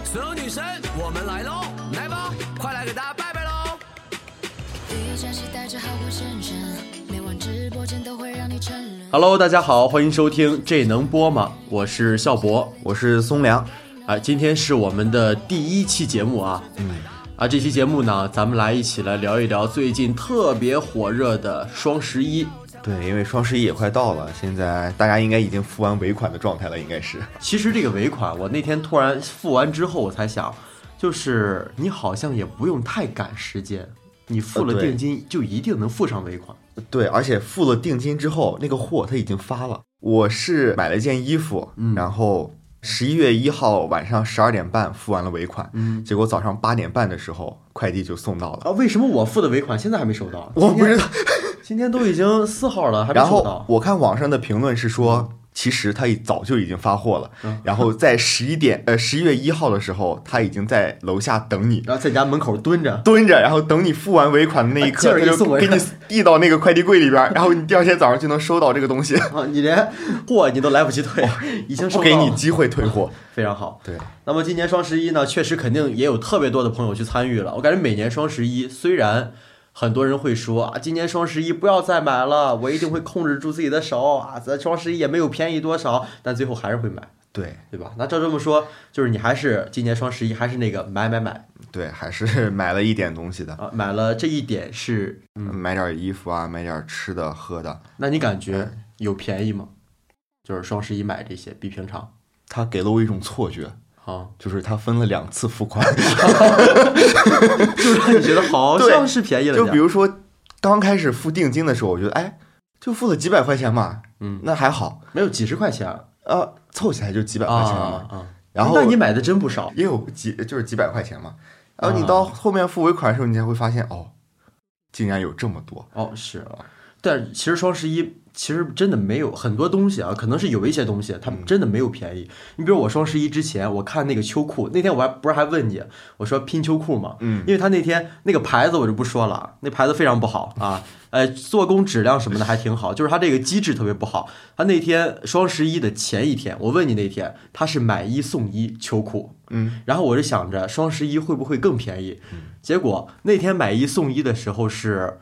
所有女生我们来喽，来吧，快来给大家拜拜喽。 一家期待着好过先生，每晚直播间都会让你沉沦。 Hello， 大家好，欢迎收听这能播吗？我是笑博， 我是松良。 今天是我们的第1期节目啊。这期节目呢，咱们来一起来聊一聊最近特别火热的双11。 对，因为双11也快到了，现在大家应该已经付完尾款的状态了，应该是。 其实这个尾款，我那天突然付完之后，我才想，就是你好像也不用太赶时间，你付了定金就一定能付上尾款。 对，而且付了定金之后，那个货它已经发了。我是买了一件衣服，然后11月1号晚上12点半付完了尾款，结果早上8点半的时候快递就送到了。 为什么我付的尾款现在还没收到？ 我不知道， 今天都已经4号了，还没收到。 然后我看网上的评论是说，其实他早就已经发货了，然后在11月1号的时候，他已经在楼下等你， 然后在家门口蹲着， 然后等你付完尾款的那一刻，他就给你递到那个快递柜里边，然后你第二天早上就能收到这个东西。 你连货你都来不及退，已经收到了， 不给你机会退货， 非常好。 对， 那么今年双11呢，确实肯定也有特别多的朋友去参与了。我感觉每年双11，虽然很多人会说今年双11不要再买了，我一定会控制住自己的手啊，咱双11也没有便宜多少，但最后还是会买， 对吧？那照这么说，就是你还是今年双11还是那个买， 对，还是买了一点东西的啊，买了这一点是买点衣服啊，买点吃的喝的。 那你感觉有便宜吗？就是双11买这些比平常， 他给了我一种错觉。就是他分了2次付款， 就让你觉得好像是便宜了。 就比如说刚开始付定金的时候，我觉得就付了几百块钱嘛，那还好， 没有几十块钱， 凑起来就几百块钱嘛。然后那你买的真不少， 也有就是几百块钱嘛。然后你到后面付尾款的时候，你才会发现竟然有这么多。 是啊，但其实双11其实真的没有很多东西啊，可能是有一些东西它真的没有便宜。你比如我双11之前我看那个秋裤，那天我不是还问你，我说拼秋裤嘛，因为他那天那个牌子我就不说了，那牌子非常不好啊，做工质量什么的还挺好，就是它这个机制特别不好。他那天双11的前一天，我问你那天他是买1送1秋裤，然后我就想着双11会不会更便宜，结果那天买1送1的时候是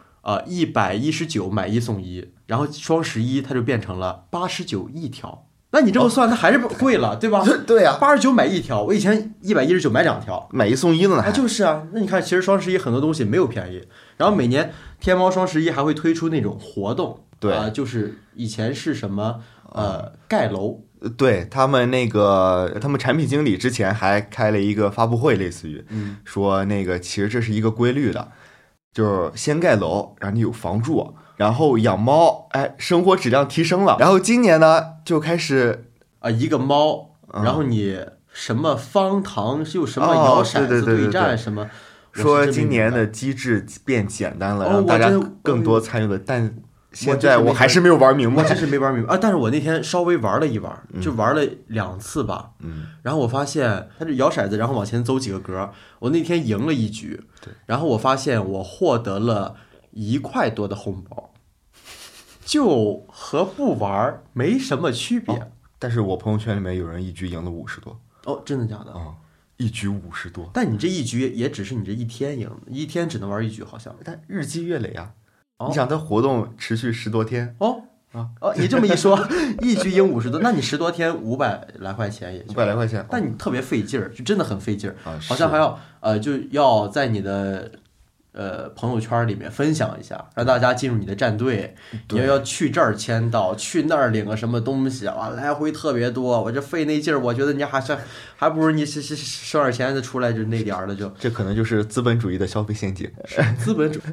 119买1送1，然后双11它就变成了89一条。那你这么算，它还是贵了，对吧？ 对呀 ，89买1条，我以前119买2条， 买1送1了呢。 就是啊，那你看，其实双11很多东西没有便宜。然后每年天猫双11还会推出那种活动， 对， 就是以前是什么盖楼。 对，他们产品经理之前还开了一个发布会，类似于说其实这是一个规律的。就是先盖楼，然后你有房住，然后养猫，生活质量提升了。然后今年呢，就开始一个猫，然后你什么方糖又什么摇骰子对战什么， 说今年的机制变简单了，让大家更多参与了。但现在我还是没有玩明白， 我真是没玩明白啊！但是我那天稍微玩了一玩，就玩了2次吧。然后我发现它是摇骰子，然后往前走几个格。我那天赢了1局，然后我发现我获得了1块多的红包，就和不玩没什么区别。 但是我朋友圈里面有人1局赢了50多。 真的假的 ？1局50多。 但你这1局也只是你这一天赢，一天只能玩1局，好像。 但日积月累啊。你想它活动持续10多天你这么一说，1局赢50多，那你10多天500来块钱也 500来块钱， 但你特别费劲儿，就真的很费劲儿好像还要就要在你的朋友圈里面分享一下，让大家进入你的战队，你要去这儿签到，去那儿领个什么东西来回特别多，我这费那劲儿，我觉得你还不如你省点钱再出来就那点儿了， 这可能就是资本主义的消费陷阱。 资本主义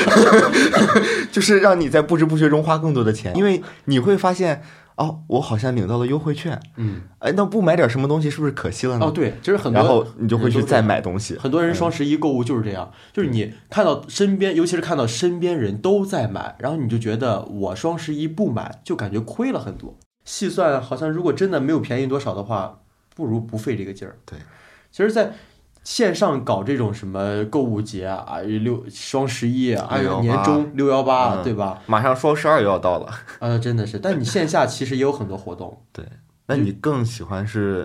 就是让你在不知不觉中花更多的钱，因为你会发现我好像领到了优惠券，那不买点什么东西是不是可惜了呢？ 对，就是很多， 然后你就会去再买东西。 很多人双11购物就是这样，就是你看到身边，尤其是看到身边人都在买，然后你就觉得我双11不买就感觉亏了很多。细算好像如果真的没有便宜多少的话，不如不费这个劲儿。 对， 其实在线上搞这种什么购物节双11还有年终618，对吧？ 马上双12又要到了。 真的是。但你线下其实也有很多活动。 对，那你更喜欢是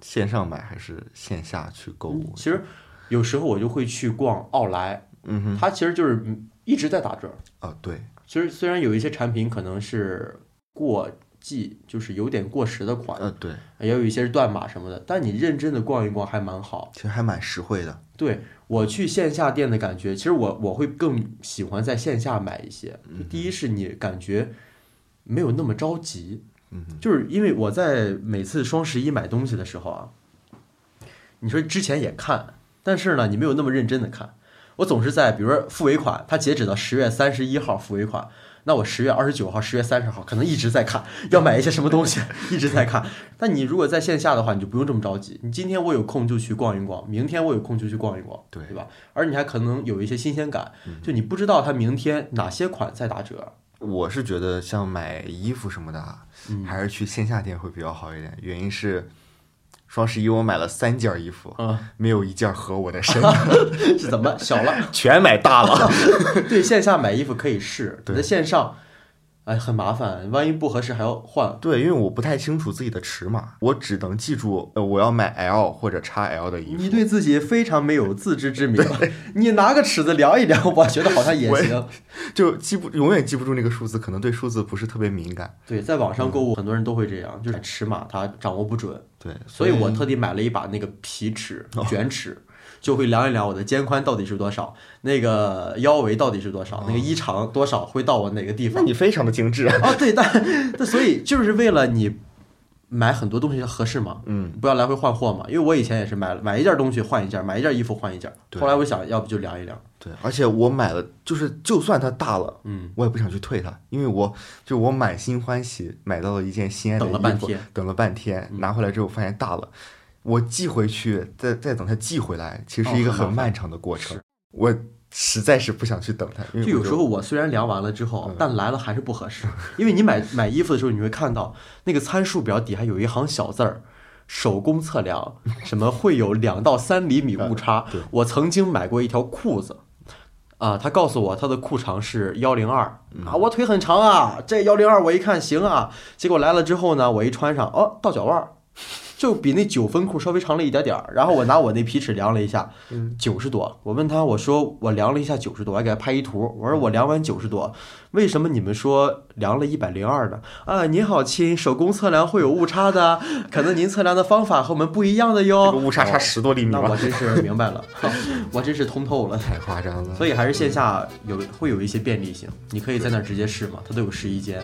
线上买还是线下去购物？ 其实有时候我就会去逛奥莱，它其实就是一直在打折。 对。 其实虽然有一些产品可能是过季，就是有点过时的款， 对， 也有一些是断码什么的，但你认真的逛一逛还蛮好， 其实还蛮实惠的。 对，我去线下店的感觉，其实我会更喜欢在线下买一些。第一是你感觉没有那么着急，就是因为我在每次双11买东西的时候啊，你说之前也看，但是呢你没有那么认真的看。我总是在比如说付尾款，它截止到10月31号付尾款，那我10月29号、10月30号可能一直在看要买一些什么东西，一直在看。但你如果在线下的话，你就不用这么着急。你今天我有空就去逛一逛，明天我有空就去逛一逛，对吧？而你还可能有一些新鲜感，就你不知道它明天哪些款在打折。 我是觉得像买衣服什么的，还是去线下店会比较好一点。原因是双11我买了3件衣服，没有一件合我的身， 是怎么小了？ 全买大了。 对，线下买衣服可以试，在线上，很麻烦，万一不合适还要换。 对，因为我不太清楚自己的尺码，我只能记住我要买 L 或者 XL 的衣服。 你对自己非常没有自知之明，你拿个尺子量一量，我觉得好像也行。 就永远记不住那个数字，可能对数字不是特别敏感。 对，在网上购物，很多人都会这样，就是尺码他掌握不准。 对， 所以我特地买了一把那个皮尺、卷尺，就会量一量我的肩宽到底是多少，那个腰围到底是多少，那个衣长多少会到我哪个地方。 那你非常的精致啊！对，但所以就是为了你买很多东西合适嘛，不要来回换货嘛。因为我以前也是买一件东西换一件，买一件衣服换一件。后来我想要不就量一量。 对，而且我买了，就算它大了，我也不想去退它，因为我满心欢喜买到了一件心爱的衣服，等了半天，拿回来之后发现大了，我寄回去，再等它寄回来，其实是一个很漫长的过程。我实在是不想去等它。 就有时候我虽然量完了之后，但来了还是不合适，因为你买衣服的时候，你会看到那个参数表底下有一行小字儿。手工测量，什么会有2到3厘米误差。我曾经买过一条裤子，他告诉我他的裤长是102，我腿很长啊，这102我一看行啊，结果来了之后呢，我一穿上，到脚腕，就比那9分裤稍微长了一点点。然后我拿我那皮尺量了一下，90多。我问他，我说我量了一下90多，我还给他拍一图，我说我量完90多，为什么你们说量了102呢？您好亲，手工测量会有误差的，可能您测量的方法和我们不一样的哟。 这个误差差10多厘米吧。 那我真是明白了，我真是通透了， 太夸张了。 所以还是线下会有一些便利性，你可以在那儿直接试嘛，它都有试衣间。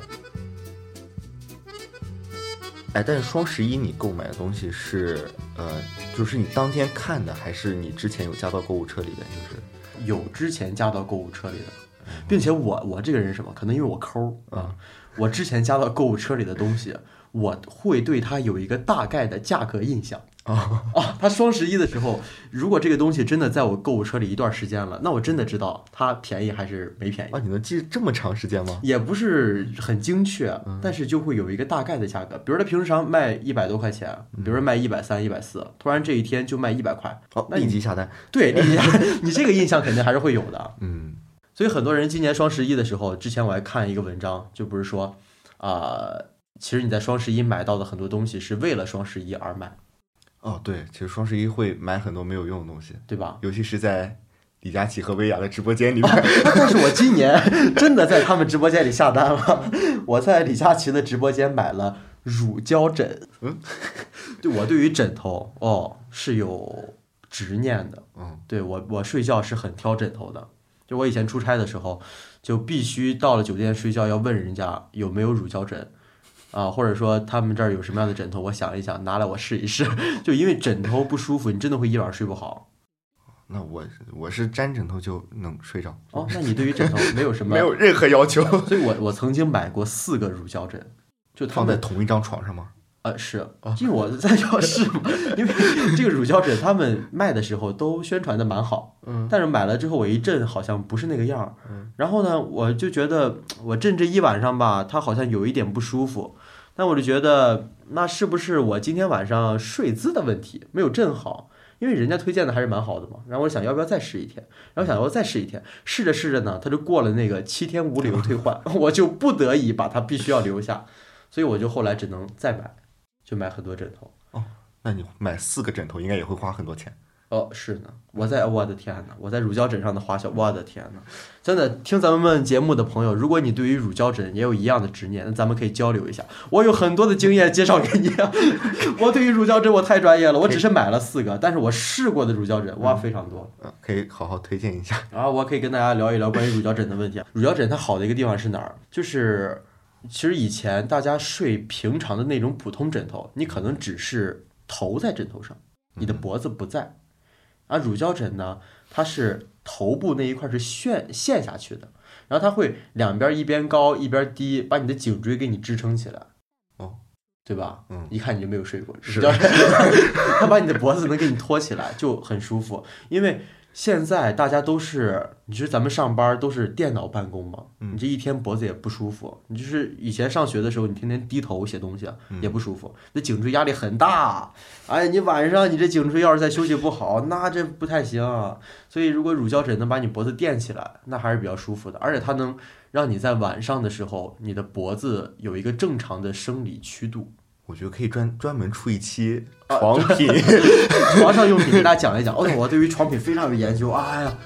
但是双11你购买的东西是就是你当天看的，还是你之前有加到购物车里的？就是有之前加到购物车里的，并且我这个人是什么？可能因为我抠我之前加到购物车里的东西，我会对它有一个大概的价格印象。它双11的时候，如果这个东西真的在我购物车里一段时间了，那我真的知道它便宜还是没便宜。 你能记这么长时间吗？ 也不是很精确，但是就会有一个大概的价格。比如它平常卖100多块钱，比如说卖130、140，突然这一天就卖100块，那立即下单。 对，立即下单，你这个印象肯定还是会有的。所以很多人今年双11的时候，之前我还看一个文章，就不是说其实你在双11买到的很多东西是为了双11而买。 对，其实双11会买很多没有用的东西， 对吧？ 尤其是在李佳琦和薇娅的直播间里面。 但是我今年真的在他们直播间里下单了，我在李佳琦的直播间买了乳胶枕。对，我对于枕头是有执念的。对，我睡觉是很挑枕头的。就我以前出差的时候，就必须到了酒店睡觉要问人家有没有乳胶枕。或者说他们这儿有什么样的枕头，我想一想，拿来我试一试。就因为枕头不舒服，你真的会一晚睡不好。 那我是粘枕头就能睡着。 那你对于枕头没有什么没有任何要求。 所以我曾经买过4个乳胶枕，就放在同一张床上吗？ 是，因为我在教室嘛，因为这个乳胶枕他们卖的时候都宣传的蛮好，但是买了之后我一震好像不是那个样，然后呢我就觉得我震这一晚上吧，它好像有一点不舒服，但我就觉得那是不是我今天晚上睡姿的问题没有震好，因为人家推荐的还是蛮好的嘛，然后我想要不要再试一天，然后想要再试一天，试着试着呢，它就过了那个7天无理由退换，我就不得已把它必须要留下，所以我就后来只能再买。就买很多枕头。 那你买4个枕头应该也会花很多钱。 哦，是呢，我的天呐，我在乳胶枕上的花销，我的天呐，真的，听咱们节目的朋友，如果你对于乳胶枕也有一样的执念，那咱们可以交流一下，我有很多的经验介绍给你。我对于乳胶枕我太专业了，我只是买了4个，但是我试过的乳胶枕哇非常多。 可以好好推荐一下。 然后我可以跟大家聊一聊关于乳胶枕的问题。乳胶枕它好的一个地方是哪儿？就是其实以前大家睡平常的那种普通枕头，你可能只是头在枕头上，你的脖子不在。而乳胶枕呢，它是头部那一块是陷下去的，然后它会两边一边高一边低，把你的颈椎给你支撑起来。 哦， 对吧？ 嗯， 一看你就没有睡过。 是， 它把你的脖子能给你托起来，就很舒服。因为现在大家都是，你说咱们上班都是电脑办公嘛，你这一天脖子也不舒服。你就是以前上学的时候，你天天低头写东西也不舒服，那颈椎压力很大。哎，你晚上你这颈椎要是再休息不好，那这不太行啊。所以如果乳胶枕能把你脖子垫起来，那还是比较舒服的，而且它能让你在晚上的时候，你的脖子有一个正常的生理曲度。 我觉得可以专门出一期床品、 床上用品给大家讲一讲。我对于床品非常有研究。哎呀，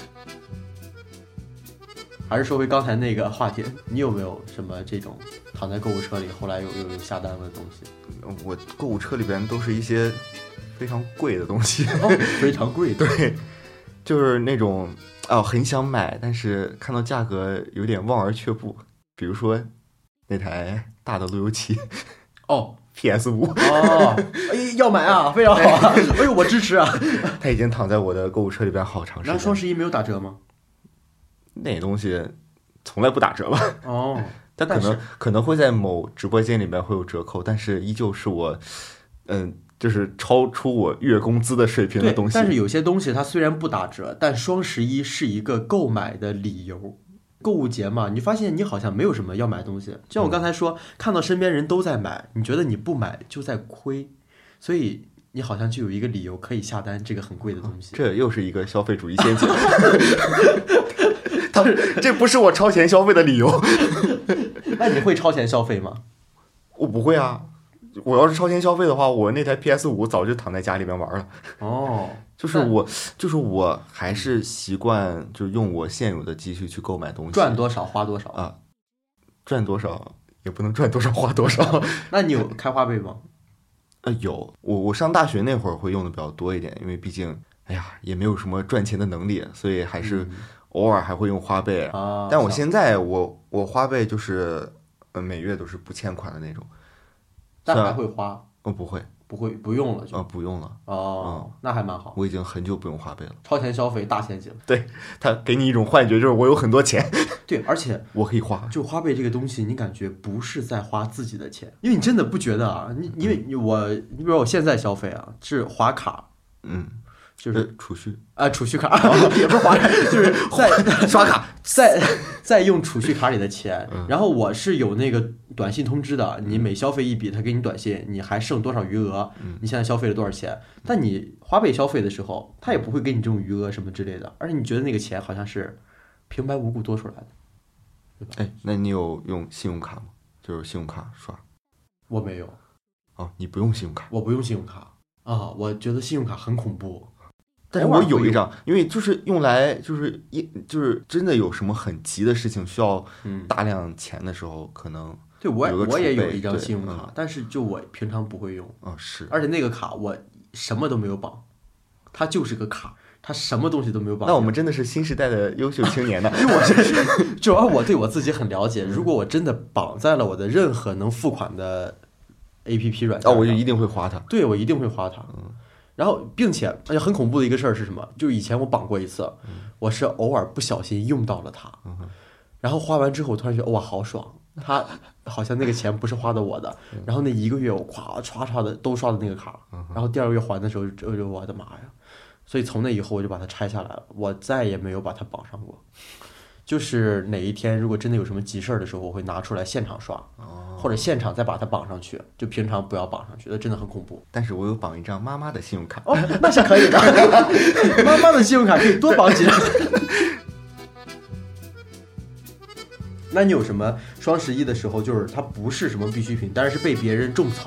还是说回刚才那个话题，你有没有什么这种躺在购物车里后来有下单的东西？ 我购物车里边都是一些非常贵的东西。 非常贵的。 对，就是那种很想买，但是看到价格有点望而却步。比如说那台大的路由器。PS5 要买啊，非常好啊！哎呦，我支持啊！ 它已经躺在我的购物车里边好长时间。 那双11没有打折吗？ 那东西从来不打折吧？它可能会在某直播间里面会有折扣，但是依旧是我，就是超出我月工资的水平的东西。 但是有些东西它虽然不打折，但双11是一个购买的理由。购物节嘛，你发现你好像没有什么要买的东西，就像我刚才说，看到身边人都在买，你觉得你不买就在亏，所以你好像就有一个理由可以下单这个很贵的东西。 这又是一个消费主义陷阱。这不是我超前消费的理由。 那你会超前消费吗？ 我不会啊，我要是超前消费的话，我那台 PS5 早就躺在家里面玩了。就是我还是习惯就用我现有的积蓄去购买东西， 赚多少花多少啊，赚多少也不能赚多少花多少。 那你有开花呗吗？ 有，我上大学那会儿会用的比较多一点，因为毕竟也没有什么赚钱的能力，所以还是偶尔还会用花呗。但我现在我花呗就是每月都是不欠款的那种。 但还会花？不用了就不用了。 那还蛮好。 我已经很久不用花呗了。 超前消费大陷阱。 对，它给你一种幻觉，就是我有很多钱。 对，而且我可以花。 就花呗这个东西，你感觉不是在花自己的钱，因为你真的不觉得啊？你因为你比如我现在消费啊，是划卡。就是储蓄储蓄卡也不是划卡，就是在刷卡，在用储蓄卡里的钱。然后我是有那个短信通知的，你每消费一笔，他给你短信，你还剩多少余额，你现在消费了多少钱。但你花呗消费的时候，他也不会给你这种余额什么之类的，而且你觉得那个钱好像是平白无故多出来的，对吧？ 那你有用信用卡吗？就是信用卡刷？我没有。 你不用信用卡？ 我不用信用卡我觉得信用卡很恐怖。 但是我有一张，因为就是用来就是真的有什么很急的事情需要大量钱的时候，可能对我也有一张信用卡，但是就我平常不会用。 是， 而且那个卡我什么都没有绑，它就是个卡，它什么东西都没有绑。 那我们真的是新时代的优秀青年呢。 因为我对我自己很了解，如果我真的绑在了我的任何能付款的 APP 软件我就一定会花它。 对，我一定会花它。然后，并且很恐怖的一个事儿是什么？就以前我绑过一次，我是偶尔不小心用到了它，然后花完之后，我突然觉得哇，好爽！它好像那个钱不是花的我的。然后那1个月我咵的都刷的那个卡，然后第2个月还的时候，我的妈呀！所以从那以后我就把它拆下来了，我再也没有把它绑上过。就是哪一天如果真的有什么急事儿的时候，我会拿出来现场刷，或者现场再把它绑上去，就平常不要绑上去，那真的很恐怖。 但是我有绑一张妈妈的信用卡。 那是可以的。妈妈的信用卡可以多绑几张。那你有什么双11的时候，就是它不是什么必需品，但是被别人种草，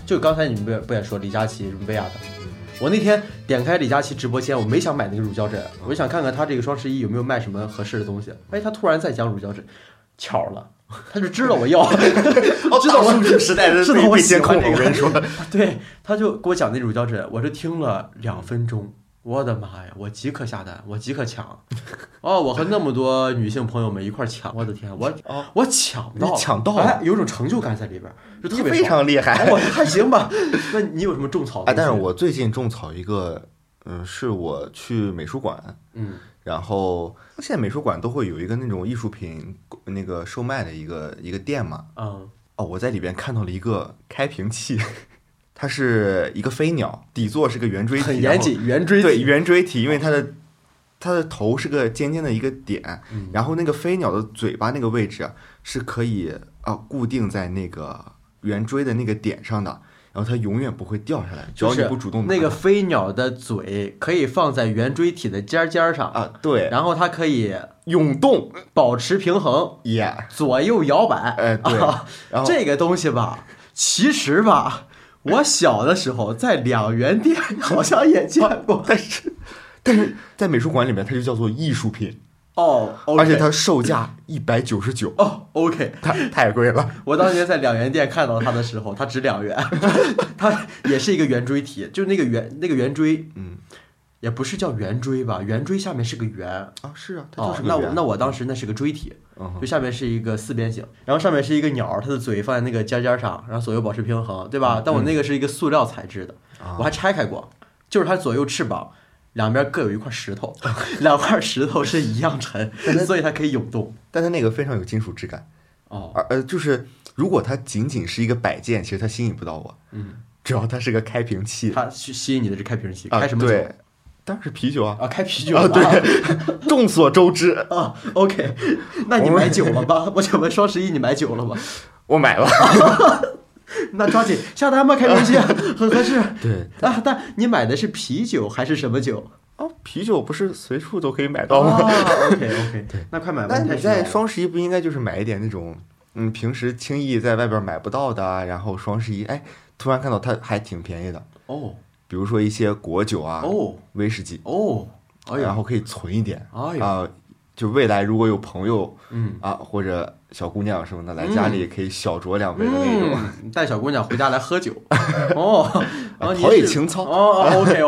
就刚才你们不也说李佳琦什么薇娅的？我那天点开李佳琦直播间，我没想买那个乳胶枕，我就想看看他这个双11有没有卖什么合适的东西。哎，他突然在讲乳胶枕，巧了，他就知道我要，知道我数据时代的知道我喜监控， 欢这个。 我跟你说， 对，他就给我讲那乳胶枕，我这听了2分钟。我的妈呀！我即刻下单，我即刻抢，我和那么多女性朋友们一块抢，我的天，我抢到了， 抢到了， 哎，有种成就感在里边，就特别非常厉害。 我还行吧？那你有什么种草？ 但是我最近种草一个，是我去美术馆，然后现在美术馆都会有一个那种艺术品那个售卖的一个店嘛，我在里边看到了一个开瓶器。它是一个飞鸟，底座是个圆锥体， 很严谨，圆锥体， 对，圆锥体，因为它的头是个尖尖的一个点，然后那个飞鸟的嘴巴那个位置是可以固定在那个圆锥的那个点上的，然后它永远不会掉下来，只要你不主动。 那个飞鸟的嘴可以放在圆锥体的尖上对， 然后它可以涌动， 保持平衡，左右摇摆， 对，然后这个东西吧，其实吧。我小的时候在2元店好像也见过， 但是在美术馆里面它就叫做艺术品而且它售价199 ，OK， 太贵了。 我当年在2元店看到它的时候，它值2元，它也是一个圆锥体，就是那个圆锥，也不是叫圆锥吧，圆锥下面是个圆是它就是个圆。 那我当时那是个锥体，就下面是一个4边形，然后上面是一个鸟，它的嘴放在那个尖上，然后左右保持平衡，对吧？但我那个是一个塑料材质的，我还拆开过，就是它左右翅膀两边各有一块石头，2块石头是一样沉，所以它可以涌动。 但它那个非常有金属质感就是如果它仅仅是一个摆件，其实它吸引不到我，只要它是个开瓶器， 它吸引你的是开瓶器，开什么酒？ 对，当然是啤酒开啤酒对，众所周知 OK， 那你买酒了吧？我请问双11你买酒了吗？ 我买了。 那抓紧下单吧，开瓶器很合适。 对但你买的是啤酒还是什么酒？ 啤酒不是随处都可以买到吗 ？OK， 对，那快买吧。 那你在双11不应该就是买一点那种平时轻易在外边买不到的，然后双11突然看到它还挺便宜的比如说一些果酒威士忌然后可以存一点就未来如果有朋友或者小姑娘什么的来家里可以小酌2杯的那种， 带小姑娘回家来喝酒陶冶情操 OK，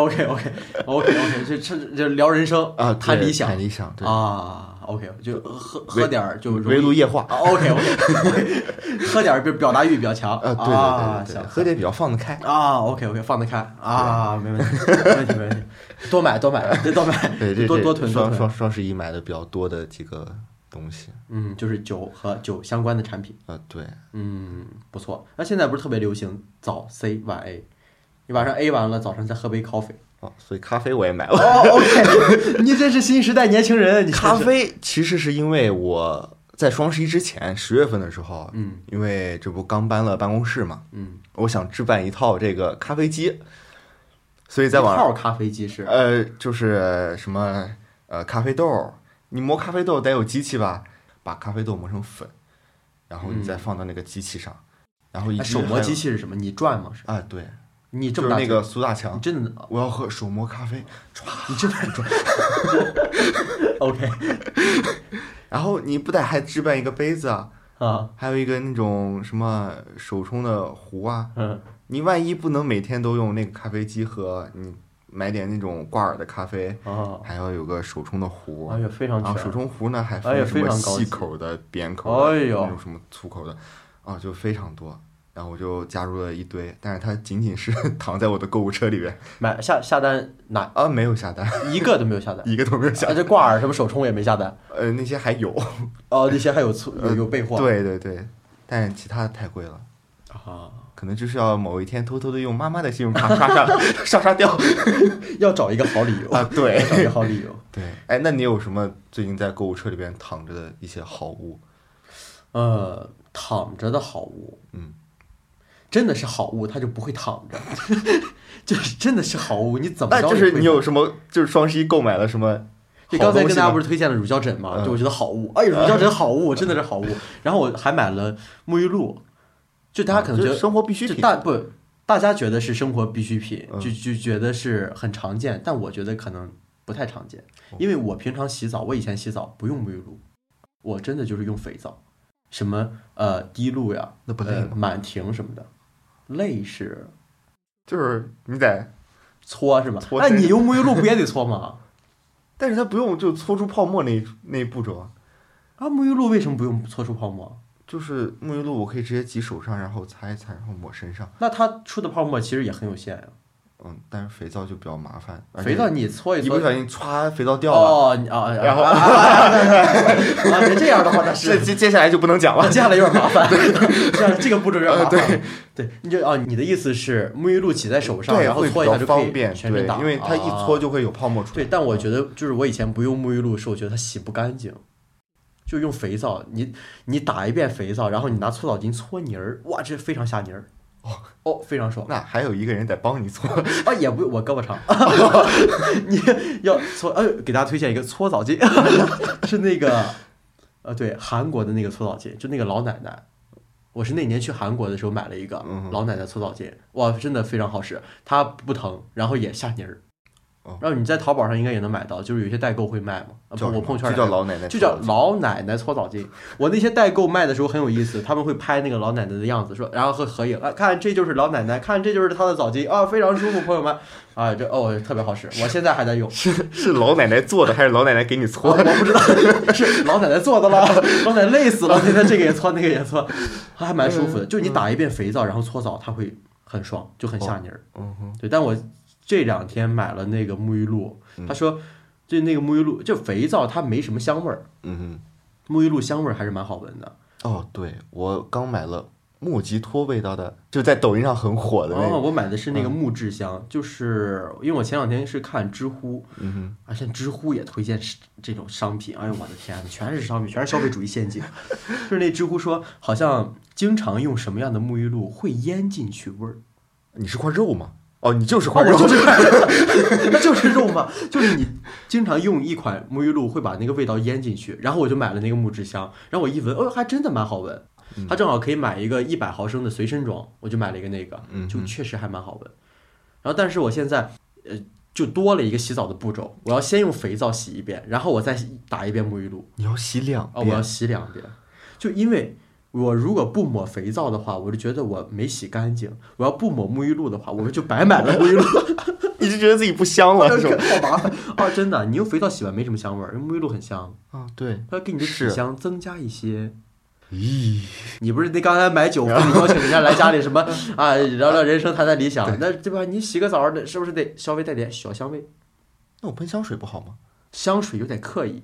这聊人生谈理想对 OK， 就喝点就围炉夜话 OK， 喝点表达欲比较强对，喝点比较放得开 OK， 放得开没问题，多买，对，多囤。 双11买的比较多的几个东西， 就是酒和酒相关的产品对， 不错。那现在不是特别流行早 C 晚 A， 你晚上 A 完了，早上再喝杯咖啡所以咖啡我也买了 OK， 你真是新时代年轻人。你咖啡其实是因为我在双11之前10月份的时候因为这不刚搬了办公室嘛我想置办一套这个咖啡机，所以在网上一套咖啡机是就是什么咖啡豆，你磨咖啡豆得有机器吧，把咖啡豆磨成粉，然后你再放到那个机器上，然后手磨机器是什么？你转吗？是对， 你这么大就是那个苏大强， 你真的我要喝手磨咖啡， 你真的转OK， 然后你不得还置办一个杯子还有一个那种什么手冲的壶你万一不能每天都用那个咖啡机喝，你买点那种挂耳的咖啡还要有个手冲的壶非常全。 手冲壶呢还分什么细口的扁口的那种什么粗口的就非常多，然后我就加入了一堆，但是它仅仅是躺在我的购物车里边。 下单哪没有下单， 一个都没有下单， 一个都没有下单。 这挂耳什么手冲也没下单。 那些还有那些还有有备货。 对，但是其他的太贵了可能就是要某一天偷偷的用妈妈的信用卡刷掉， 要找一个好理由对， 找一个好理由。 对，那你有什么最近在购物车里边躺着的一些好物？ 躺着的好物，真的是好物，它就不会躺着，就是真的是好物，你怎么着？ 就是你有什么？就是双11购买了什么？ 就刚才跟大家不是推荐了乳胶枕吗？就我觉得好物，乳胶枕好物，真的是好物。然后我还买了沐浴露。就大家可能觉得生活必需品， 大家觉得是生活必需品，就觉得是很常见，但我觉得可能不太常见，因为我平常洗澡，我以前洗澡不用沐浴露，我真的就是用肥皂，什么滴露呀， 那不累吗？ 满婷什么的，累是就是你得搓是吧？ 搓那你用沐浴露不也得搓吗？ 但是它不用就搓出泡沫那步骤啊，沐浴露为什么不用搓出泡沫？ 就是沐浴露我可以直接挤手上，然后擦一擦，然后抹身上。 那它出的泡沫其实也很有限呀。 但是肥皂就比较麻烦。 肥皂你搓一搓， 一不小心歘肥皂掉了。然后你这样的话，那是接下来就不能讲了， 接下来有点麻烦。这个步骤有点麻烦。对，你的意思是沐浴露挤在手上，然后搓一下就可以全身打， 因为它一搓就会有泡沫出来。 对，但我觉得就是我以前不用沐浴露是我觉得它洗不干净。就用肥皂，你打一遍肥皂，然后你拿搓澡巾搓泥儿，哇，这非常下泥儿，非常爽。 那还有一个人得帮你搓也不，我胳膊长。你要搓，给大家推荐一个搓澡巾，是那个，对，韩国的那个搓澡巾，就那个老奶奶。我是那年去韩国的时候买了一个老奶奶搓澡巾，哇，真的非常好使，它不疼，然后也下泥儿。然后你在淘宝上应该也能买到，就是有些代购会卖嘛。我朋友圈就叫老奶奶， 就叫老奶奶搓澡巾。我那些代购卖的时候很有意思，他们会拍那个老奶奶的样子，说，然后和合影，看这就是老奶奶，看这就是她的澡巾啊，非常舒服，朋友们啊，特别好使，我现在还在用。 是老奶奶做的还是老奶奶给你搓？ 我不知道，是老奶奶做的了，老奶奶累死了，那天这个也搓那个也搓，还蛮舒服的。就你打一遍肥皂，然后搓澡，它会很爽，就很下泥儿。对，但我这2天买了那个沐浴露，他说就那个沐浴露就肥皂它没什么香味儿，沐浴露香味儿还是蛮好闻的。 对，我刚买了木吉托味道的，就在抖音上很火的那个。 我买的是那个木质香，就是因为我前2天是看知乎，现在知乎也推荐这种商品，哎呦我的天哪，全是商品，全是消费主义陷阱。就是那知乎说，好像经常用什么样的沐浴露会腌进去味儿。 你是块肉吗？你就是块肉， 那就是肉嘛，就是你经常用一款沐浴露会把那个味道腌进去，然后我就买了那个木质香，然后我一闻，还真的蛮好闻。它正好可以买一个100毫升的随身装，我就买了一个那个，就确实还蛮好闻。然后但是我现在就多了一个洗澡的步骤，我要先用肥皂洗一遍，然后我再打一遍沐浴露。 你要洗2遍？ 我要洗2遍，就因为我如果不抹肥皂的话，我就觉得我没洗干净；我要不抹沐浴露的话，我就白买了沐浴露。 你就觉得自己不香了，是吧？ 好麻烦真的，你用肥皂洗完没什么香味儿，沐浴露很香。 对， 它给你的体香增加一些。 咦， 你不是那刚才买酒，邀请人家来家里什么聊聊人生，谈谈理想，那对吧？你洗个澡，是不是得稍微带点小香味？ 那我喷香水不好吗？ 香水有点刻意，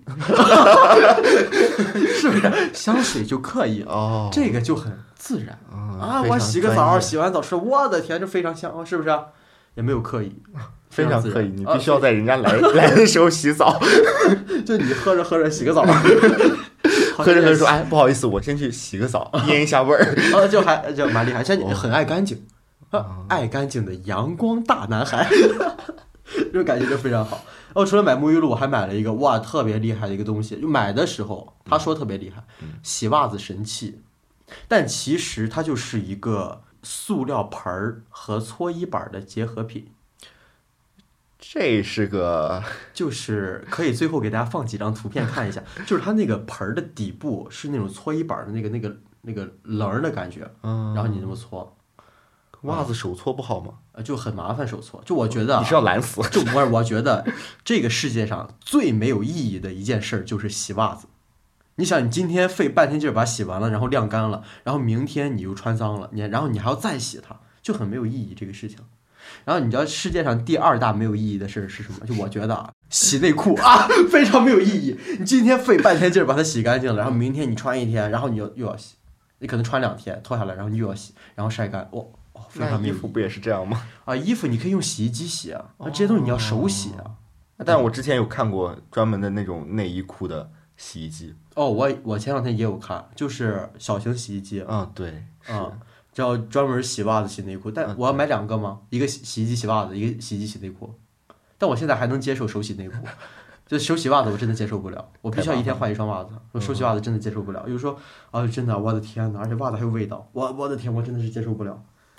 是不是？香水就刻意这个就很自然我洗个澡，洗完澡说，我的天，这非常香，是不是？也没有刻意， 非常刻意，你必须要在人家来的时候洗澡， 就你喝着洗个澡， 喝着说，不好意思，我先去洗个澡，腌一下味儿， 就蛮厉害，像你很爱干净，爱干净的阳光大男孩，这感觉就非常好。除了买沐浴露，我还买了一个特别厉害的一个东西。就买的时候他说特别厉害，洗袜子神器，但其实它就是一个塑料盆儿和搓衣板的结合品。 这是个， 就是可以最后给大家放几张图片看一下，就是它那个盆儿的底部是那种搓衣板的那个棱的感觉，然后你这么搓。 袜子手搓不好吗？ 就很麻烦手搓。就我觉得你是要懒死。 就我觉得这个世界上最没有意义的一件事就是洗袜子。你想，你今天费半天劲儿把它洗完了，然后晾干了，然后明天你又穿脏了，然后你还要再洗它，就很没有意义这个事情。然后你知道世界上第2大没有意义的事是什么？就我觉得洗内裤非常没有意义。你今天费半天劲儿把它洗干净了，然后明天你穿1天，然后你又要洗，你可能穿2天脱下来，然后你又要洗，然后晒干，非常没有意义。 那衣服不也是这样吗？ 衣服你可以用洗衣机洗这些东西你要手洗但我之前有看过专门的那种内衣裤的洗衣机。 我前2天也有看，就是小型洗衣机。 对， 叫专门洗袜子洗内裤，但我要买2个吗？一个洗衣机洗袜子，一个洗衣机洗内裤。但我现在还能接受手洗内裤，就手洗袜子我真的接受不了，我必须要1天换1双袜子。我手洗袜子真的接受不了，有时候真的我的天哪，而且袜子还有味道，我的天，我真的是接受不了。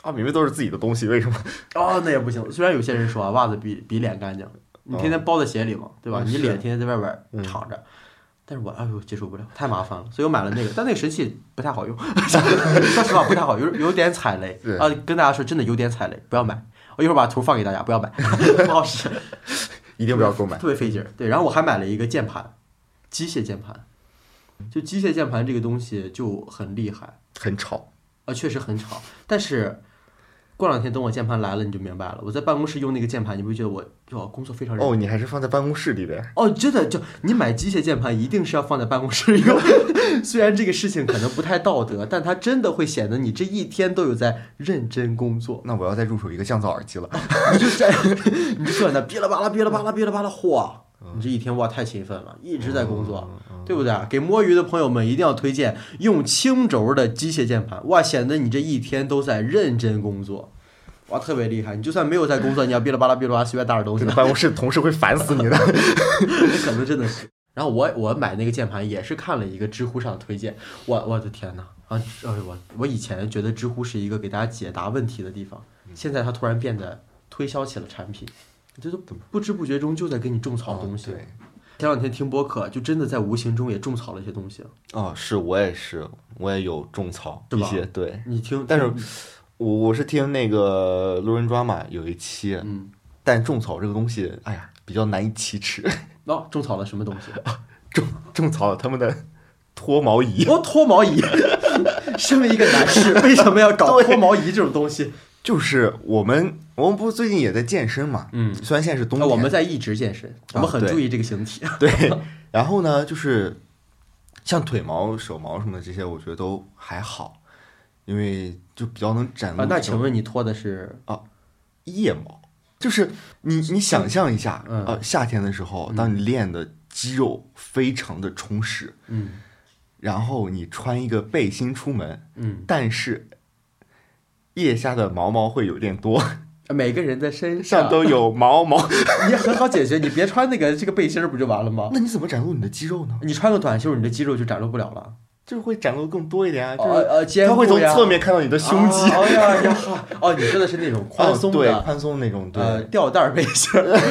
啊，明明都是自己的东西，为什么？ 哦，那也不行。虽然有些人说啊，袜子比脸干净，你天天包在鞋里嘛，对吧？你脸天天在外边敞着。但是我哎呦接受不了，太麻烦了，所以我买了那个，但那个神器不太好用，说实话不太好，有点踩雷啊！跟大家说真的有点踩雷，不要买。我一会儿把图放给大家，不要买，不好使， 一定不要购买， 特别费劲儿。对，然后我还买了一个键盘，机械键盘，就机械键盘这个东西就很厉害， 很吵啊，确实很吵，但是。过两天等我键盘来了，你就明白了。我在办公室用那个键盘，你不会觉得我工作非常认真？ 哦，你还是放在办公室里边？ 哦，真的，就你买机械键盘一定是要放在办公室用。虽然这个事情可能不太道德，但它真的会显得你这一天都有在认真工作。 那我要再入手一个降噪耳机了。 你就坐在那哔啦吧啦哔啦吧啦哔啦吧啦，嚯！你这一天哇太勤奋了，一直在工作，对不对？给摸鱼的朋友们一定要推荐用轻轴的机械键盘，哇，显得你这一天都在认真工作，哇，特别厉害。你就算没有在工作，你要哔啦吧啦哔啦吧啦随便打点东西， 办公室同事会烦死你的。 可能真的是。然后我买那个键盘也是看了一个知乎上的推荐，我的天哪啊！我以前觉得知乎是一个给大家解答问题的地方，现在它突然变得推销起了产品。这都不知不觉中就在给你种草东西。 对， 前两天听播客，就真的在无形中也种草了一些东西。 哦，是我也有种草一些。对， 你听， 但是我是听那个路人抓马有一期，但种草这个东西，哎呀，比较难以启齿。 哦，种草了什么东西？ 种草了他们的脱毛仪。 哦，脱毛仪。身为一个男士，为什么要搞脱毛仪这种东西？ 就是我们不最近也在健身嘛，虽然现在是冬天， 我们在一直健身，我们很注意这个形体。 对，然后呢，就是像腿毛、手毛什么的这些，我觉得都还好，因为就比较能展露。 那请问你脱的是腋毛？就是你想象一下，夏天的时候，当你练的肌肉非常的充实，然后你穿一个背心出门，但是腋下的毛会有点多， 每个人的身上都有毛， 你很好解决，你别穿这个背心不就完了吗？ 那你怎么展露你的肌肉呢？ 你穿个短袖，你的肌肉就展露不了了， 就是会展露更多一点啊， 肩部呀， 它会从侧面看到你的胸肌。 你说的是那种宽松的， 对，宽松那种，对， 吊带背心。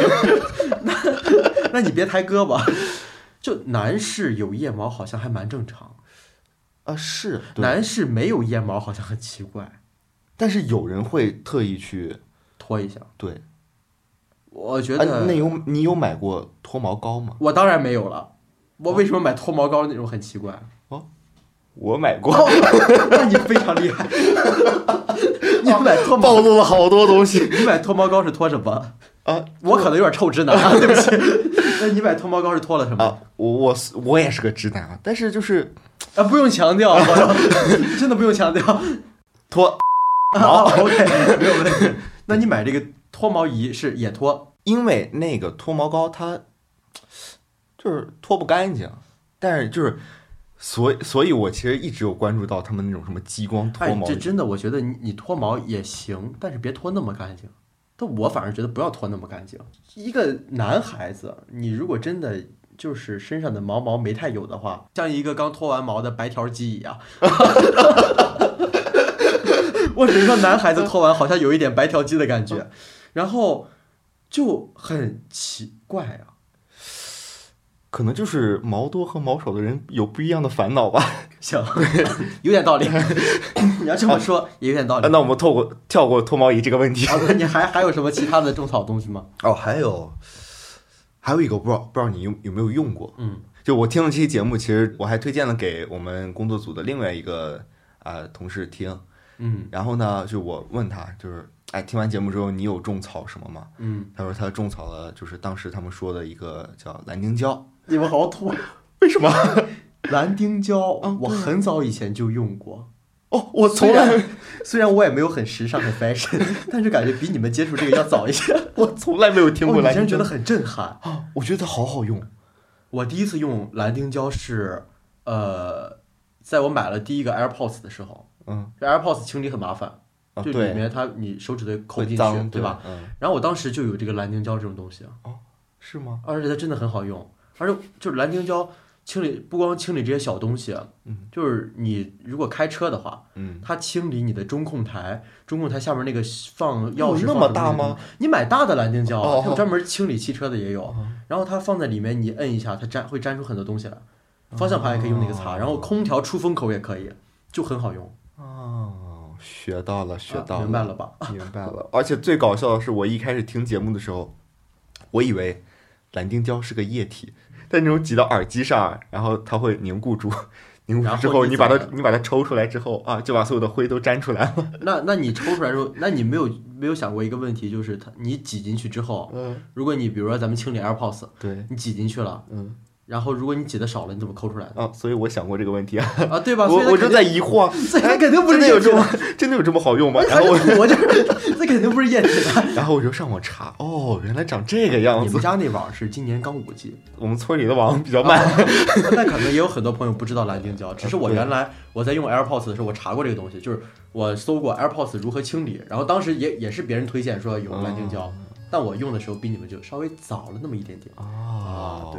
那你别抬胳膊。就男士有腋毛好像还蛮正常， 是， 男士没有腋毛好像很奇怪。 但是有人会特意去脱一下， 对， 我觉得。 你有买过脱毛膏吗？ 我当然没有了，我为什么买脱毛膏那种很奇怪？ 我买过， 那你非常厉害。你买脱毛暴露了好多东西。 你买脱毛膏是脱什么？我可能有点臭直男啊，对不起。那你买脱毛膏是脱了什么？ 我也是个直男啊，但是就是不用强调，真的不用强调， 脱。毛 OK， 没有问题。那你买这个脱毛仪是也脱？ 因为那个脱毛膏它就是脱不干净，但是就是所以我其实一直有关注到他们那种什么激光脱毛仪。 这真的，我觉得你脱毛也行，但是别脱那么干净。但我反而觉得不要脱那么干净。一个男孩子，你如果真的就是身上的毛没太有的话，像一个刚脱完毛的白条鸡一样。我只是说男孩子脱完好像有一点白条鸡的感觉，然后就很奇怪啊。 可能就是毛多和毛少的人有不一样的烦恼吧。 行，有点道理。你要这么说也有点道理。 那我们跳过脱毛仪这个问题。 你还有什么其他的种草东西吗？ 还有一个不知道你有没有用过？就我听了这期节目，其实我还推荐了给我们工作组的另外一个同事听。然后呢，就我问他，就是听完节目之后，你有种草什么吗？他说他种草了，就是当时他们说的一个叫蓝丁胶。 你们好土， 为什么？ 蓝丁胶，我很早以前就用过。 我从来虽然我也没有很时尚很 fashion， 但是感觉比你们接触这个要早一些。 我从来没有听过蓝丁胶， 真觉得很震撼我觉得它好好用。 我第一次用蓝丁胶是在我买了第一个 AirPods 的时候。这 AirPods 清理很麻烦，就里面你手指头抠进去，对吧？然后我当时就有这个蓝丁胶这种东西。 是吗？ 而且它真的很好用，而且就是蓝丁胶清理不光清理这些小东西，就是你如果开车的话，它清理你的中控台下面那个放钥匙那么大吗？ 你买大的蓝丁胶，它有专门清理汽车的也有，然后它放在里面，你摁一下，它会粘出很多东西来。方向盘也可以用那个擦，然后空调出风口也可以，就很好用。 学到了， 明白了吧？ 明白了。而且最搞笑的是，我一开始听节目的时候，我以为蓝丁胶是个液体，但那种挤到耳机上，然后它会凝固住。凝固之后，你把它抽出来之后啊，就把所有的灰都粘出来了。 那你抽出来之后，那你没有想过一个问题，就是你挤进去之后，如果你比如说咱们清理 AirPods， 对，你挤进去了，然后如果你挤的少了，你怎么抠出来的啊？ 所以我想过这个问题啊， 对吧？ 我就在疑惑， 这肯定不是液体的， 真的有这么好用吗？然后我这肯定不是液体的。 然后我就上网查，原来长这个样子。 你们家那网是今年刚5G， 我们村里的网比较慢。 那可能也有很多朋友不知道蓝丁胶，只是我原来我在用 AirPods 的时候，我查过这个东西，就是我搜过 AirPods 如何清理，然后当时也是别人推荐说有蓝丁胶，但我用的时候比你们就稍微早了那么一点点。对。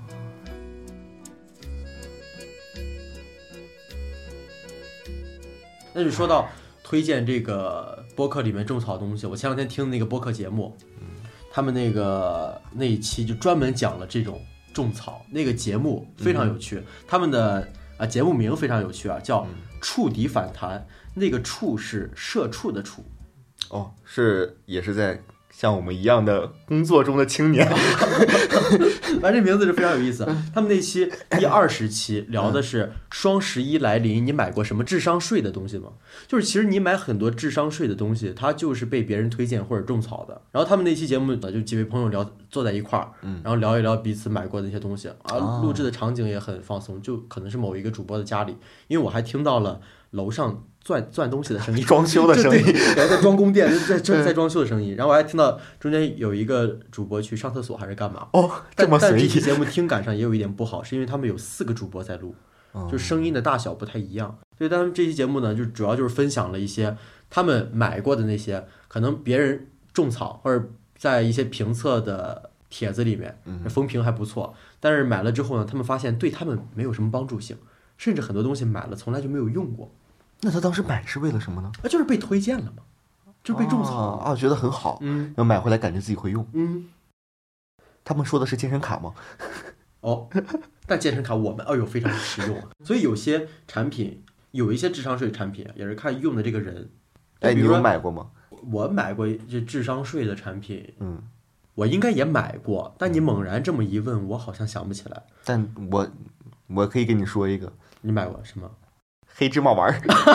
那就说到推荐这个播客里面种草的东西，我前两天听那个播客节目，他们那一期就专门讲了这种种草，那个节目非常有趣，他们的节目名非常有趣啊，叫触底反弹，那个触是社畜的畜， 也是在像我们一样的工作中的青年。 反正这名字是非常有意思。他们那期第20期聊的是双11来临，你买过什么智商税的东西吗？就是其实你买很多智商税的东西，它就是被别人推荐或者种草的。然后他们那期节目呢，就几位朋友坐在一块儿，然后聊一聊彼此买过的一些东西录制的场景也很放松，就可能是某一个主播的家里，因为我还听到了楼上钻东西的声音， 装修的声音， 在装宫殿，在装修的声音。然后我还听到中间有一个主播去上厕所还是干嘛？ 这么随意。 但这期节目听感上也有一点不好，是因为他们有4个主播在录，就声音的大小不太一样。所以他们这期节目呢，就主要就是分享了一些他们买过的那些可能别人种草或者在一些评测的帖子里面风评还不错，但是买了之后呢，他们发现对他们没有什么帮助性，甚至很多东西买了从来就没有用过。 那他当时买是为了什么呢？ 就是被推荐了嘛，就是被种草觉得很好，要买回来感觉自己会用。他们说的是健身卡吗？ 但健身卡我们非常实用。所以有些产品，有一些智商税产品也是看用的这个人。 你有买过吗？ 我买过这智商税的产品，我应该也买过，但你猛然这么一问，我好像想不起来。 但我可以跟你说一个， 你买过什么？ 黑芝麻丸。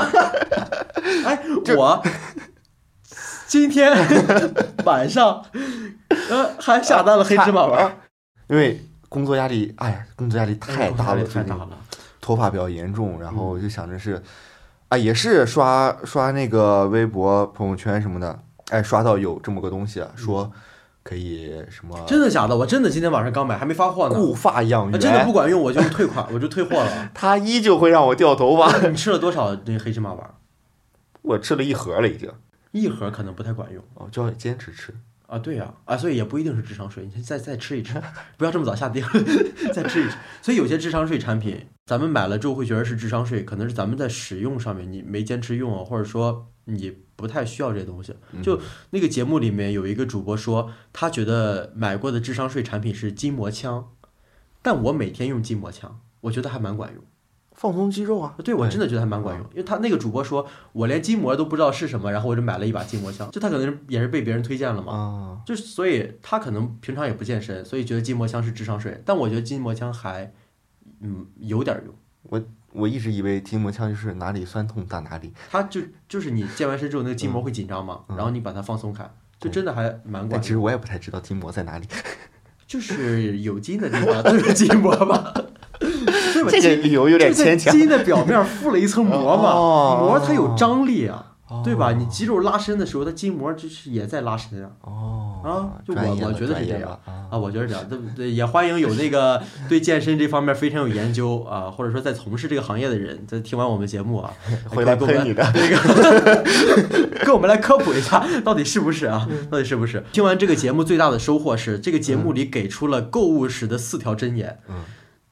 我今天晚上还下单了黑芝麻丸， 因为工作压力太大了，脱发比较严重，然后就想着是也是刷那个微博朋友圈什么的，刷到有这么个东西说可以什么？真的假的？我真的今天晚上刚买，还没发货呢。 固发养颜， 真的不管用，我就退款，我就退货了。 它依旧会让我掉头发。 你吃了多少那黑芝麻丸？ 我吃了1盒了，已经。 1盒可能不太管用， 就要坚持吃。 对呀，所以也不一定是智商税，你再吃一吃，不要这么早下定，再吃一吃。所以有些智商税产品，咱们买了之后会觉得是智商税，可能是咱们在使用上面你没坚持用或者说你不太需要这些东西。就那个节目里面有一个主播说，他觉得买过的智商税产品是筋膜枪，但我每天用筋膜枪，我觉得还蛮管用。 放松肌肉啊， 对，我真的觉得还蛮管用，因为他那个主播说我连筋膜都不知道是什么，然后我就买了一把筋膜枪，就他可能也是被别人推荐了嘛，就是所以他可能平常也不健身，所以觉得筋膜枪是智商税，但我觉得筋膜枪还有点用。 我一直以为筋膜枪就是哪里酸痛打哪里， 它就是你健完身之后那个筋膜会紧张嘛，然后你把它放松开，就真的还蛮管用。 其实我也不太知道筋膜在哪里， 就是有筋的地方都是筋膜吧。 这个理由有点牵强。 筋的表面附了一层膜嘛，膜它有张力啊，对吧？你肌肉拉伸的时候，它筋膜就是也在拉伸啊。就我觉得是这样我觉得这样，对，也欢迎有那个对健身这方面非常有研究或者说在从事这个行业的人，在听完我们节目回来喷你的那个，跟我们来科普一下，到底是不是到底是不是？听完这个节目最大的收获是，这个节目里给出了购物时的4条箴言。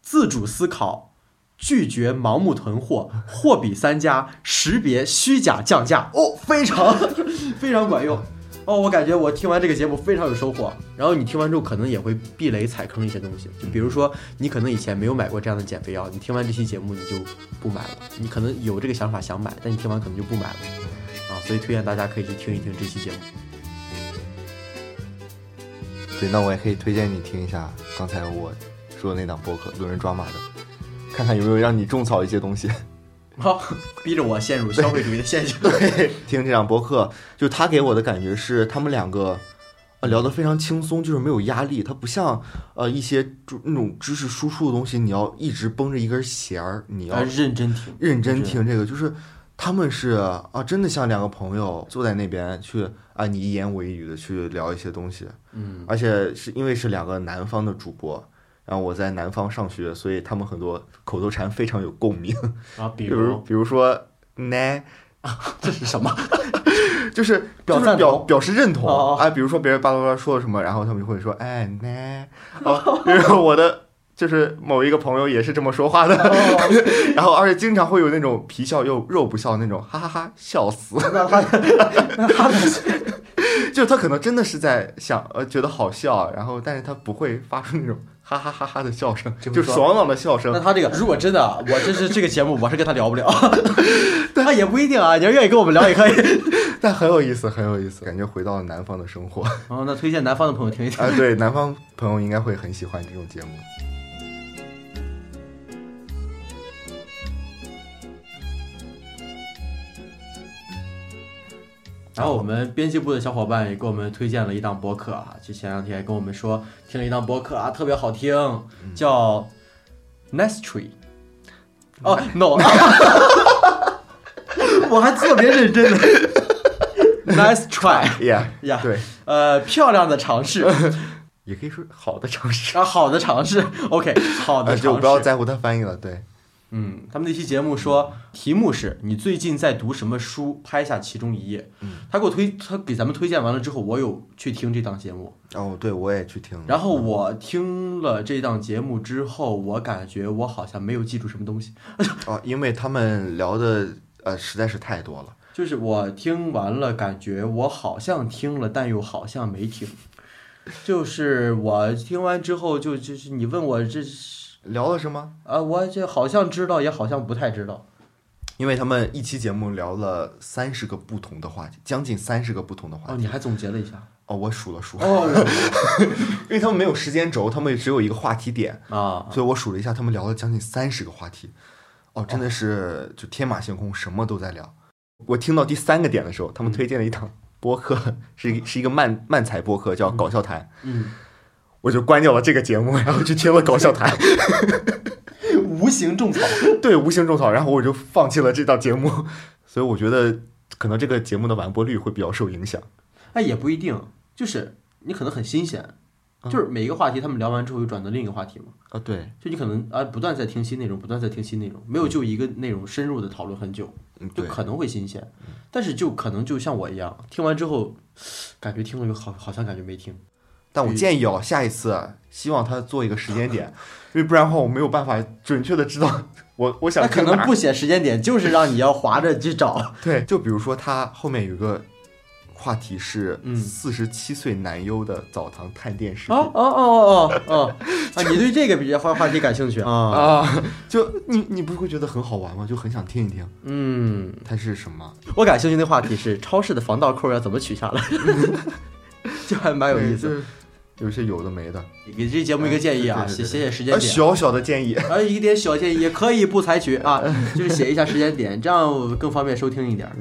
自主思考，拒绝盲目囤货，货比三家，识别虚假降价。哦，非常管用。哦，我感觉我听完这个节目非常有收获。然后你听完之后可能也会避雷踩坑一些东西，就比如说你可能以前没有买过这样的减肥药，你听完这期节目你就不买了。你可能有这个想法想买，但你听完可能就不买了啊。所以推荐大家可以去听一听这期节目。 对，那我也可以推荐你听一下刚才我说的那档播客《路人抓马》的，看看有没有让你种草一些东西。 好，逼着我陷入消费主义的陷阱。 对，听这档播客，就他给我的感觉是他们两个聊得非常轻松，就是没有压力。它不像一些那种知识输出的东西，你要一直绷着一根弦儿，你要认真听这个，就是他们是真的像两个朋友坐在那边去你一言我一语的去聊一些东西。而且是因为是两个南方的主播，然后我在南方上学，所以他们很多口头禅非常有共鸣啊，比如说呢， 这是什么？ 就是表示认同比如说别人巴拉巴拉说了什么，然后他们就会说哎呢，比如说我的就是某一个朋友也是这么说话的，然后而且经常会有那种皮笑肉不笑那种，哈哈哈笑死。就他可能真的是在想觉得好笑，然后但是他不会发出那种哈哈哈哈的笑声，就爽朗的笑声。 那他这个如果真的我这个节目我是跟他聊不了，他也不一定啊，你要愿意跟我们聊也可以。 但很有意思，感觉回到了南方的生活。 那推荐南方的朋友听一听对，南方朋友应该会很喜欢这种节目。 然后我们编辑部的小伙伴也给我们推荐了一档播客就前两天跟我们说听了一档播客特别好听，叫 Nestry。no， 我还特别认真的。Nice try， 对， 漂亮的尝试， 也可以说好的尝试好的尝试 ，OK， 好的尝试， 就不要在乎他翻译了，对。 他们那期节目说题目是你最近在读什么书，拍下其中一页。他给咱们推荐完了之后，我有去听这档节目。 对，我也去听了。 然后我听了这档节目之后，我感觉我好像没有记住什么东西。 因为他们聊的实在是太多了。 就是我听完了，感觉我好像听了，但又好像没听。就是我听完之后，就是你问我这聊了什么我这好像知道，也好像不太知道。 因为他们一期节目聊了30个不同的话题，将近30个不同的话题。 你还总结了一下？ 我数了。因为他们没有时间轴，他们只有一个话题点所以我数了一下，他们聊了将近30个话题。真的是就天马行空，什么都在聊。我听到第3个点的时候，他们推荐了一档播客，是一个漫才播客，叫搞笑谈。我就关掉了这个节目，然后去听了搞笑谈。 无形种草。 对，无形种草，然后我就放弃了这档节目。所以我觉得可能这个节目的完播率会比较受影响。 也不一定，就是你可能很新鲜，就是每一个话题他们聊完之后又转到另一个话题嘛。 对， 就你可能不断在听新内容，没有就一个内容深入的讨论很久，就可能会新鲜。但是就可能就像我一样，听完之后感觉听了又好像感觉没听。 但我建议下一次希望他做一个时间点，因为不然的话我没有办法准确的知道我想听哪。 可能不写时间点，就是让你要滑着去找。 对，就比如说他后面有一个话题是47岁男优的澡堂探店视频。 你对这个话题感兴趣就你不会觉得很好玩吗？就很想听一听。它是什么？ 我感兴趣的话题是超市的防盗扣要怎么取下来。就还蛮有意思。 有些有的没的。 给这节目一个建议写时间点。 小小的建议。 一点小建议也可以不采取就是写一下时间点，这样更方便收听一点。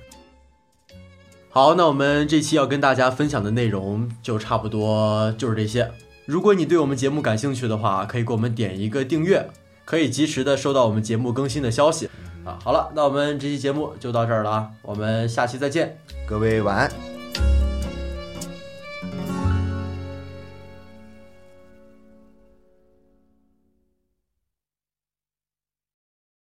好，那我们这期要跟大家分享的内容就差不多就是这些。如果你对我们节目感兴趣的话，可以给我们点一个订阅，可以及时的收到我们节目更新的消息好了，那我们这期节目就到这儿了我们下期再见， 各位晚安。